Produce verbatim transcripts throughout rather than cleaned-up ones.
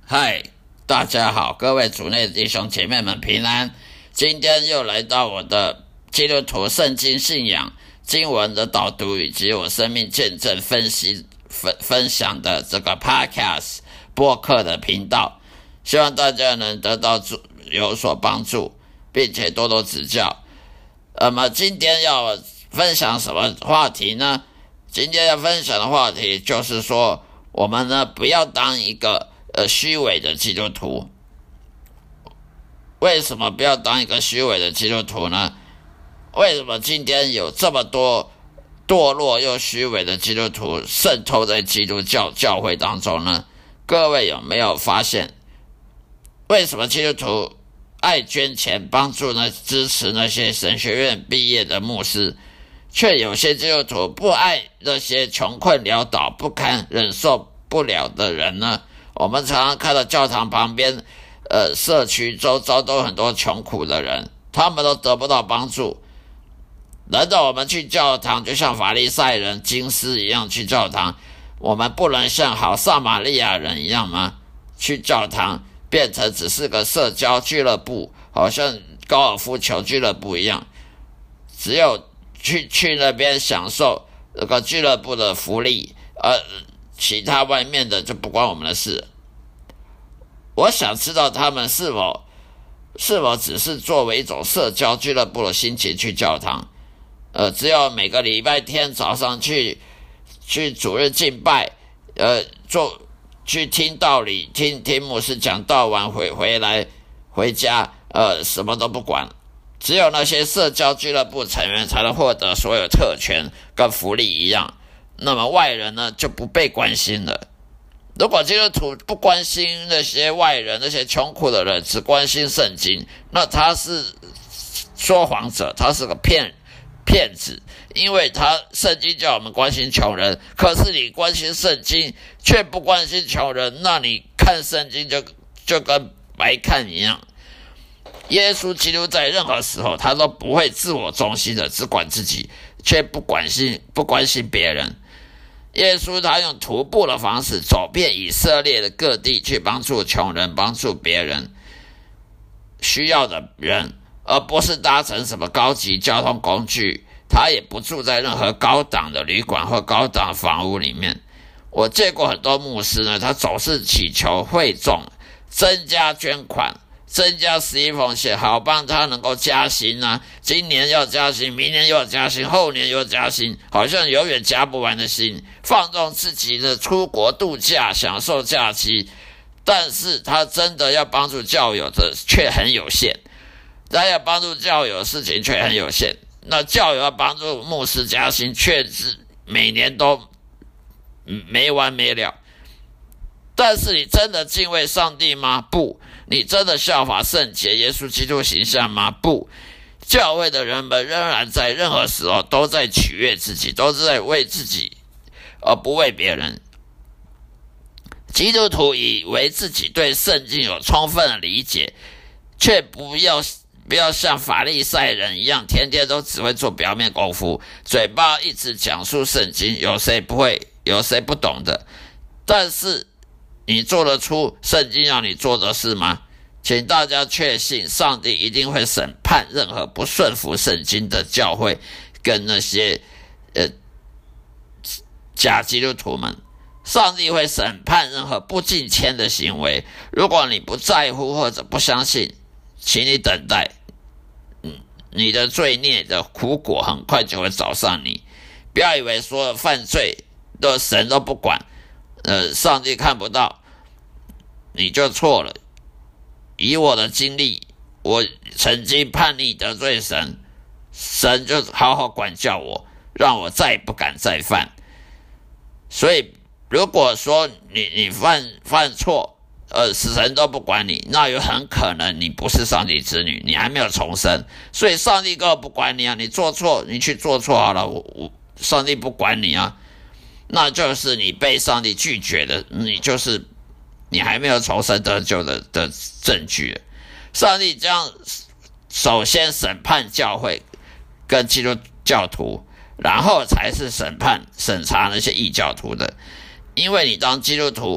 嗨，大家好，各位主内弟兄姐妹们平安。今天又来到我的基督徒圣经信仰经文的导读以及我生命见证分析分分享的这个 podcast 播客的频道，希望大家能得到有所帮助，并且多多指教。那么今天要分享什么话题呢？今天要分享的话题就是说，我们呢不要当一个呃虚伪的基督徒。为什么不要当一个虚伪的基督徒呢？为什么今天有这么多堕落又虚伪的基督徒渗透在基督教教会当中呢？各位有没有发现，为什么基督徒爱捐钱帮助呢支持那些神学院毕业的牧师，却有些基督徒不爱那些穷困潦倒不堪忍受不了的人呢？我们常常看到教堂旁边呃，社区周遭都有很多穷苦的人，他们都得不到帮助。难道我们去教堂就像法利赛人经师一样去教堂？我们不能像好撒玛利亚人一样吗？去教堂变成只是个社交俱乐部，好像高尔夫球俱乐部一样，只有去去那边享受这个俱乐部的福利，而其他外面的就不关我们的事。我想知道他们是否是否只是作为一种社交俱乐部的心情去教堂，呃，只有每个礼拜天早上去去主日敬拜，呃，做去听道理，听听牧师讲道完回回来回家，呃，什么都不管。只有那些社交俱乐部成员才能获得所有特权跟福利一样，那么外人呢就不被关心了。如果基督徒不关心那些外人，那些穷苦的人，只关心圣经，那他是说谎者，他是个骗骗子，因为他圣经叫我们关心穷人，可是你关心圣经却不关心穷人，那你看圣经就就跟白看一样。耶稣基督在任何时候他都不会自我中心的只管自己，却不关心不关心别人。耶稣他用徒步的方式走遍以色列的各地，去帮助穷人，帮助别人需要的人，而不是搭乘什么高级交通工具。他也不住在任何高档的旅馆或高档房屋里面。我见过很多牧师呢，他总是祈求会众增加捐款，增加十一奉献，好帮他能够加薪啊！今年要加薪，明年又要加薪，后年又要加薪，好像永远加不完的薪，放纵自己的出国度假，享受假期。但是他真的要帮助教友的却很有限，他要帮助教友的事情却很有限。那教友要帮助牧师加薪，却是每年都没完没了。但是你真的敬畏上帝吗？不。你真的效法圣洁耶稣基督形象吗？不。教会的人们仍然在任何时候都在取悦自己，都是在为自己而不为别人。基督徒以为自己对圣经有充分的理解，却不要不要像法利赛人一样，天天都只会做表面功夫，嘴巴一直讲述圣经，有谁不会，有谁不懂的？但是你做得出圣经让你做的事吗？请大家确信，上帝一定会审判任何不顺服圣经的教会跟那些呃假基督徒们。上帝会审判任何不敬虔的行为。如果你不在乎或者不相信，请你等待，嗯，你的罪孽的苦果很快就会找上你。不要以为所有犯罪的神都不管，呃，上帝看不到，你就错了。以我的经历，我曾经叛逆得罪神，神就好好管教我，让我再也不敢再犯。所以如果说你你犯犯错，呃，死神都不管你，那有很可能你不是上帝子女，你还没有重生。所以上帝根本不管你啊，你做错，你去做错好了，我我上帝不管你啊，那就是你被上帝拒绝的，你就是你还没有重生得救的的证据。上帝这样首先审判教会跟基督教徒，然后才是审判审查那些异教徒的。因为你当基督徒，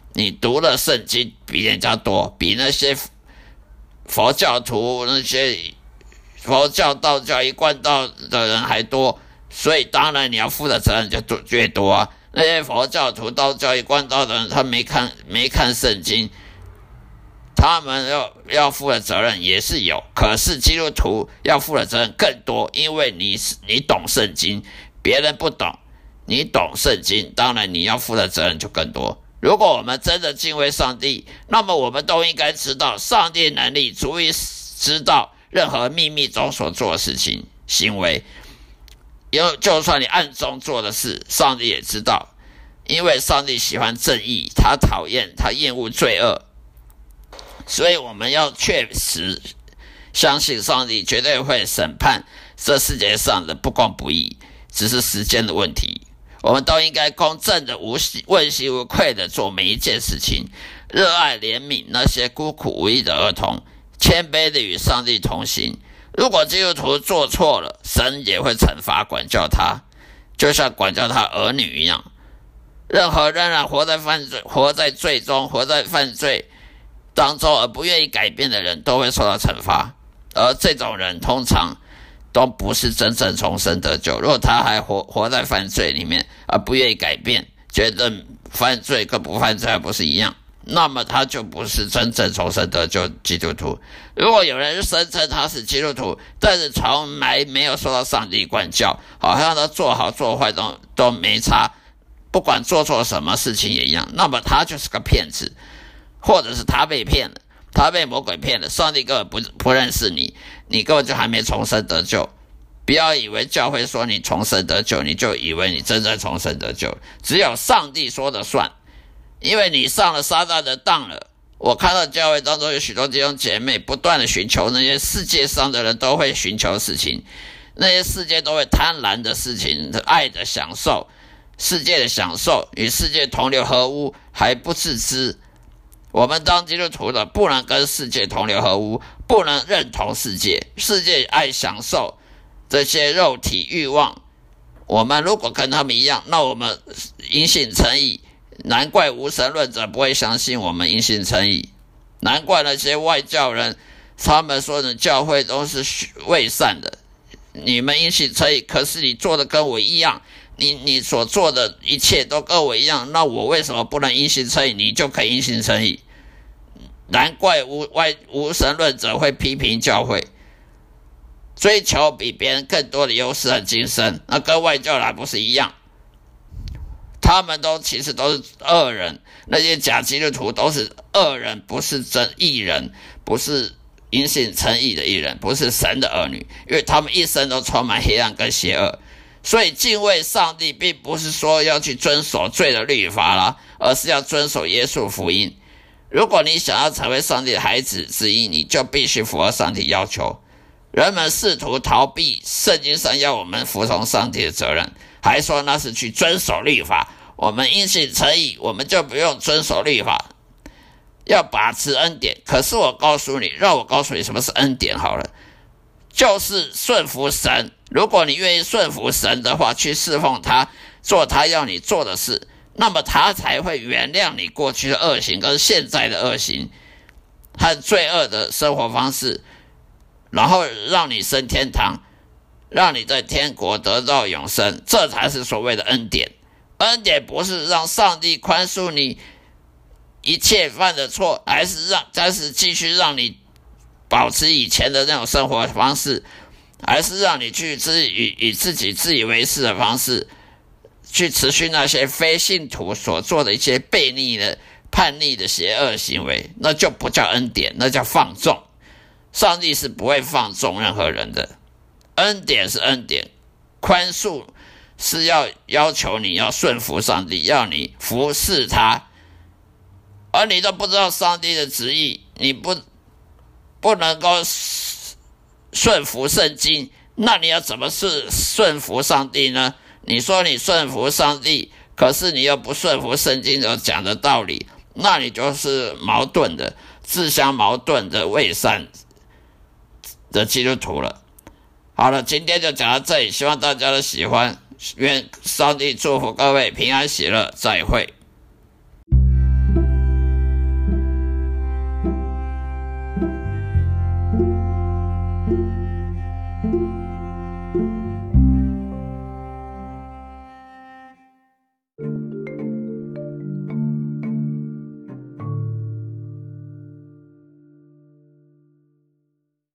你读的圣经比人家多，比那些佛教徒、那些佛教、道教一贯道的人还多，所以当然你要负的责任就多越多啊。那些佛教徒、道教一贯道的人，他没看没看圣经，他们要要负的责任也是有，可是基督徒要负的责任更多，因为你你懂圣经，别人不懂，你懂圣经，当然你要负的责任就更多。如果我们真的敬畏上帝，那么我们都应该知道，上帝能力足以知道任何秘密中所做的事情、行为。有，就算你暗中做的事，上帝也知道，因为上帝喜欢正义，他讨厌、他厌恶罪恶，所以我们要确实相信上帝绝对会审判这世界上的不公不义，只是时间的问题。我们都应该公正的、无问心无愧的做每一件事情，热爱怜悯那些孤苦无依的儿童，谦卑的与上帝同行。如果基督徒做错了，神也会惩罚管教他，就像管教他儿女一样。任何仍然活在犯罪、活在罪中、活在犯罪当中而不愿意改变的人，都会受到惩罚。而这种人通常都不是真正重生得救。如果他还活活在犯罪里面而不愿意改变，觉得犯罪跟不犯罪还不是一样，那么他就不是真正重生得救基督徒。如果有人声称他是基督徒，但是从来没有受到上帝管教，好像他做好做坏都都没差，不管做错什么事情也一样，那么他就是个骗子，或者是他被骗了，他被魔鬼骗了，上帝根本不不认识你，你根本就还没重生得救。不要以为教会说你重生得救，你就以为你真正重生得救，只有上帝说的算。因为你上了撒旦的当了。我看到教会当中有许多弟兄姐妹不断的寻求那些世界上的人都会寻求的事情，那些世界都会贪婪的事情，爱的享受，世界的享受与世界同流合污还不自知。我们当基督徒的不能跟世界同流合污，不能认同世界，世界爱享受这些肉体欲望，我们如果跟他们一样，那我们因信称义。难怪无神论者不会相信我们因信称义，难怪那些外教人他们说的教会都是伪善的。你们因信称义，可是你做的跟我一样，你你所做的一切都跟我一样，那我为什么不能因信称义，你就可以因信称义？难怪无外无神论者会批评教会，追求比别人更多的优势和精神，那跟外教人不是一样？他们都其实都是恶人，那些假基督徒都是恶人，不是真义人，不是因信称义的义人，不是神的儿女，因为他们一生都充满黑暗跟邪恶。所以敬畏上帝并不是说要去遵守罪的律法啦，而是要遵守耶稣福音。如果你想要成为上帝的孩子之一，你就必须符合上帝要求。人们试图逃避圣经上要我们服从上帝的责任，还说那是去遵守律法。我们因信称义，我们就不用遵守律法，要把持恩典。可是我告诉你，让我告诉你什么是恩典好了，就是顺服神。如果你愿意顺服神的话，去侍奉他，做他要你做的事，那么他才会原谅你过去的恶行跟现在的恶行和罪恶的生活方式，然后让你升天堂，让你在天国得到永生，这才是所谓的恩典。恩典不是让上帝宽恕你一切犯的错，还是让但是继续让你保持以前的那种生活方式，还是让你去自以以自己自以为是的方式去持续那些非信徒所做的一些悖逆的叛逆的邪恶行为，那就不叫恩典，那叫放纵。上帝是不会放纵任何人的，恩典是恩典，宽恕是要要求你要顺服上帝，要你服侍他，而你都不知道上帝的旨意，你不不能够顺服圣经，那你要怎么是顺服上帝呢？你说你顺服上帝，可是你又不顺服圣经所讲的道理，那你就是矛盾的、自相矛盾的伪善的基督徒了。好了，今天就讲到这里，希望大家都喜欢。愿上帝祝福各位平安喜乐，再会。